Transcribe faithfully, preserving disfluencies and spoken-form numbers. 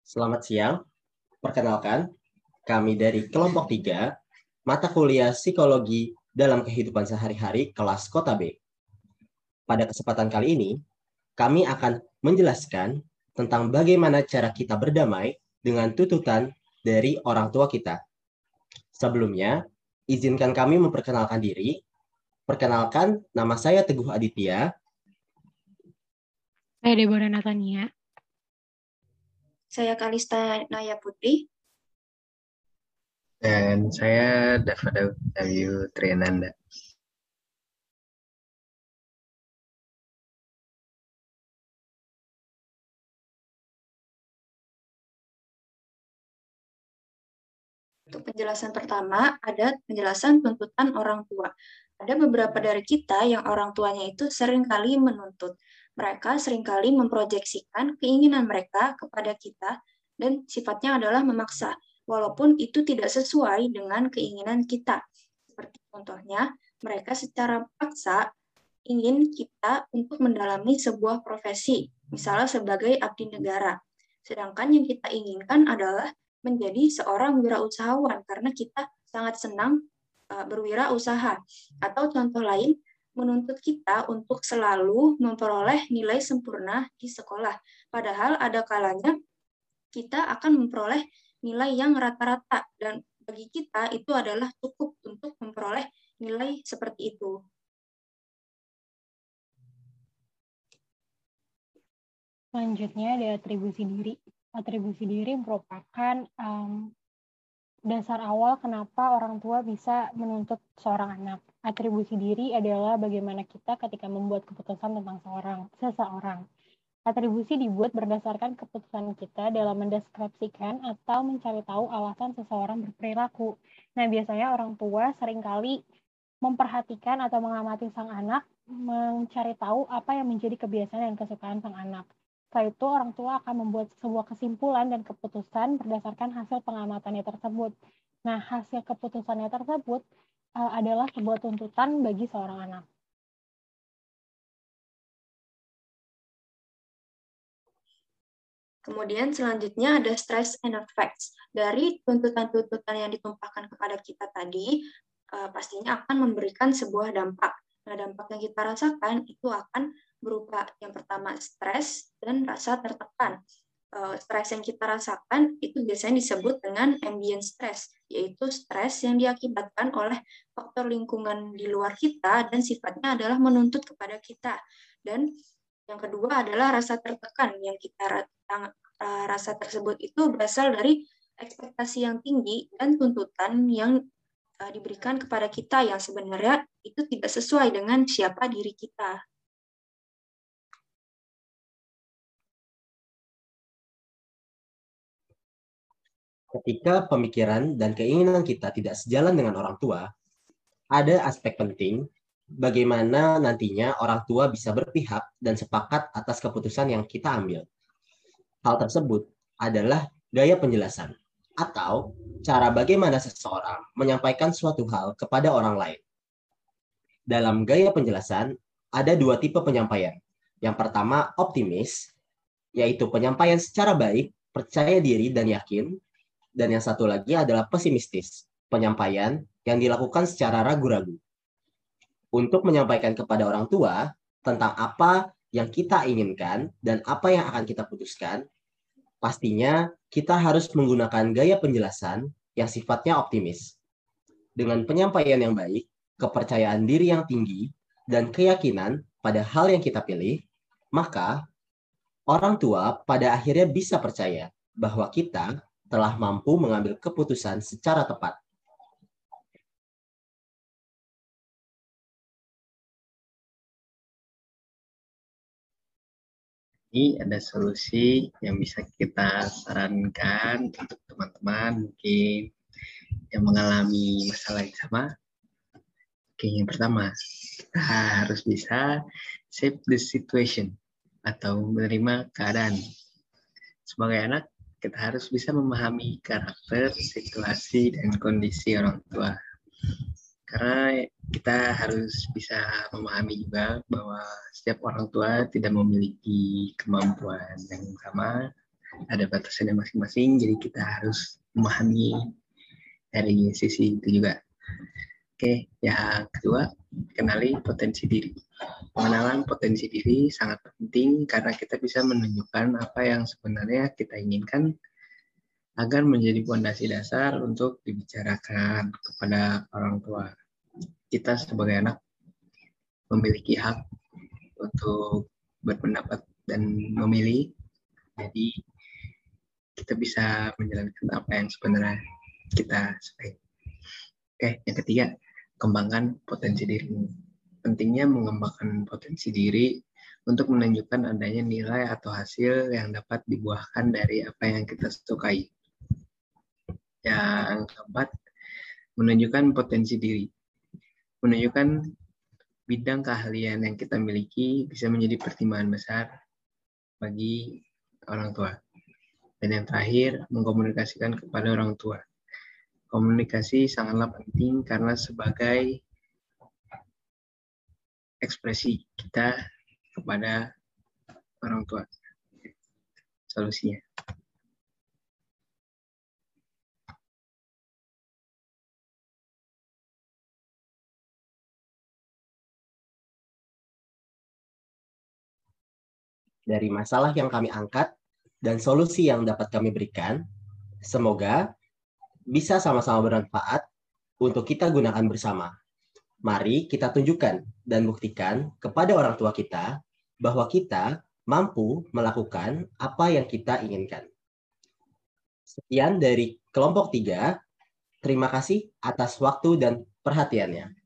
Selamat siang. Perkenalkan, kami dari kelompok tiga, mata kuliah Psikologi dalam Kehidupan Sehari-hari kelas Kota B. Pada kesempatan kali ini, kami akan menjelaskan tentang bagaimana cara kita berdamai dengan tuntutan dari orang tua kita. Sebelumnya, izinkan kami memperkenalkan diri. Perkenalkan, nama saya Teguh Aditya. Saya Deborah Natania. Saya Kalista Naya Putri. Dan saya Dava W. Triananda. Untuk penjelasan pertama, ada penjelasan tuntutan orang tua. Ada beberapa dari kita yang orang tuanya itu seringkali menuntut. Mereka seringkali memproyeksikan keinginan mereka kepada kita dan sifatnya adalah memaksa, walaupun itu tidak sesuai dengan keinginan kita. Seperti contohnya, mereka secara paksa ingin kita untuk mendalami sebuah profesi, misalnya sebagai abdi negara. Sedangkan yang kita inginkan adalah menjadi seorang wirausahawan karena kita sangat senang uh, berwirausaha. Atau contoh lain, menuntut kita untuk selalu memperoleh nilai sempurna di sekolah. Padahal ada kalanya kita akan memperoleh nilai yang rata-rata dan bagi kita itu adalah cukup untuk memperoleh nilai seperti itu. Selanjutnya ada atribusi diri. Atribusi diri merupakan um, dasar awal kenapa orang tua bisa menuntut seorang anak. Atribusi diri adalah bagaimana kita ketika membuat keputusan tentang seorang, seseorang. Atribusi dibuat berdasarkan keputusan kita dalam mendeskripsikan atau mencari tahu alasan seseorang berperilaku. Nah, biasanya orang tua seringkali memperhatikan atau mengamati sang anak, mencari tahu apa yang menjadi kebiasaan dan kesukaan sang anak. Setelah itu, orang tua akan membuat sebuah kesimpulan dan keputusan berdasarkan hasil pengamatannya tersebut. Nah, hasil keputusannya tersebut uh, adalah sebuah tuntutan bagi seorang anak. Kemudian selanjutnya ada stress and effects. Dari tuntutan-tuntutan yang ditumpahkan kepada kita tadi, uh, pastinya akan memberikan sebuah dampak. Nah, dampak yang kita rasakan itu akan berupa yang pertama stres dan rasa tertekan. Uh, stres yang kita rasakan itu biasanya disebut dengan ambient stress, yaitu stres yang diakibatkan oleh faktor lingkungan di luar kita dan sifatnya adalah menuntut kepada kita. Dan yang kedua adalah rasa tertekan yang kita uh, rasa tersebut itu berasal dari ekspektasi yang tinggi dan tuntutan yang uh, diberikan kepada kita yang sebenarnya itu tidak sesuai dengan siapa diri kita. Ketika pemikiran dan keinginan kita tidak sejalan dengan orang tua, ada aspek penting bagaimana nantinya orang tua bisa berpihak dan sepakat atas keputusan yang kita ambil. Hal tersebut adalah gaya penjelasan atau cara bagaimana seseorang menyampaikan suatu hal kepada orang lain. Dalam gaya penjelasan, ada dua tipe penyampaian. Yang pertama, optimis, yaitu penyampaian secara baik, percaya diri, dan yakin. Dan yang satu lagi adalah pesimistis, penyampaian yang dilakukan secara ragu-ragu. Untuk menyampaikan kepada orang tua tentang apa yang kita inginkan dan apa yang akan kita putuskan, pastinya kita harus menggunakan gaya penjelasan yang sifatnya optimis. Dengan penyampaian yang baik, kepercayaan diri yang tinggi, dan keyakinan pada hal yang kita pilih, maka orang tua pada akhirnya bisa percaya bahwa kita telah mampu mengambil keputusan secara tepat. Ini ada solusi yang bisa kita sarankan untuk teman-teman mungkin yang mengalami masalah yang sama. Oke, yang pertama, kita harus bisa save the situation atau menerima keadaan. Sebagai anak, kita harus bisa memahami karakter, situasi, dan kondisi orang tua. Karena kita harus bisa memahami juga bahwa setiap orang tua tidak memiliki kemampuan yang sama ada batasannya masing-masing, jadi kita harus memahami dari sisi itu juga. Oke, yang kedua, kenali potensi diri. Pengenalan potensi diri sangat penting karena kita bisa menunjukkan apa yang sebenarnya kita inginkan agar menjadi fondasi dasar untuk dibicarakan kepada orang tua. Kita sebagai anak memiliki hak untuk berpendapat dan memilih, jadi kita bisa menjalankan apa yang sebenarnya kita sukai. Oke, yang ketiga, kembangkan potensi dirimu. Pentingnya mengembangkan potensi diri untuk menunjukkan adanya nilai atau hasil yang dapat dibuahkan dari apa yang kita sukai. Yang keempat, menunjukkan potensi diri. Menunjukkan bidang keahlian yang kita miliki bisa menjadi pertimbangan besar bagi orang tua. Dan yang terakhir, mengkomunikasikan kepada orang tua. Komunikasi sangatlah penting karena sebagai ekspresi kita kepada orang tua. Solusinya. Dari masalah yang kami angkat dan solusi yang dapat kami berikan, semoga bisa sama-sama bermanfaat untuk kita gunakan bersama. Mari kita tunjukkan dan buktikan kepada orang tua kita bahwa kita mampu melakukan apa yang kita inginkan. Sekian dari kelompok tiga. Terima kasih atas waktu dan perhatiannya.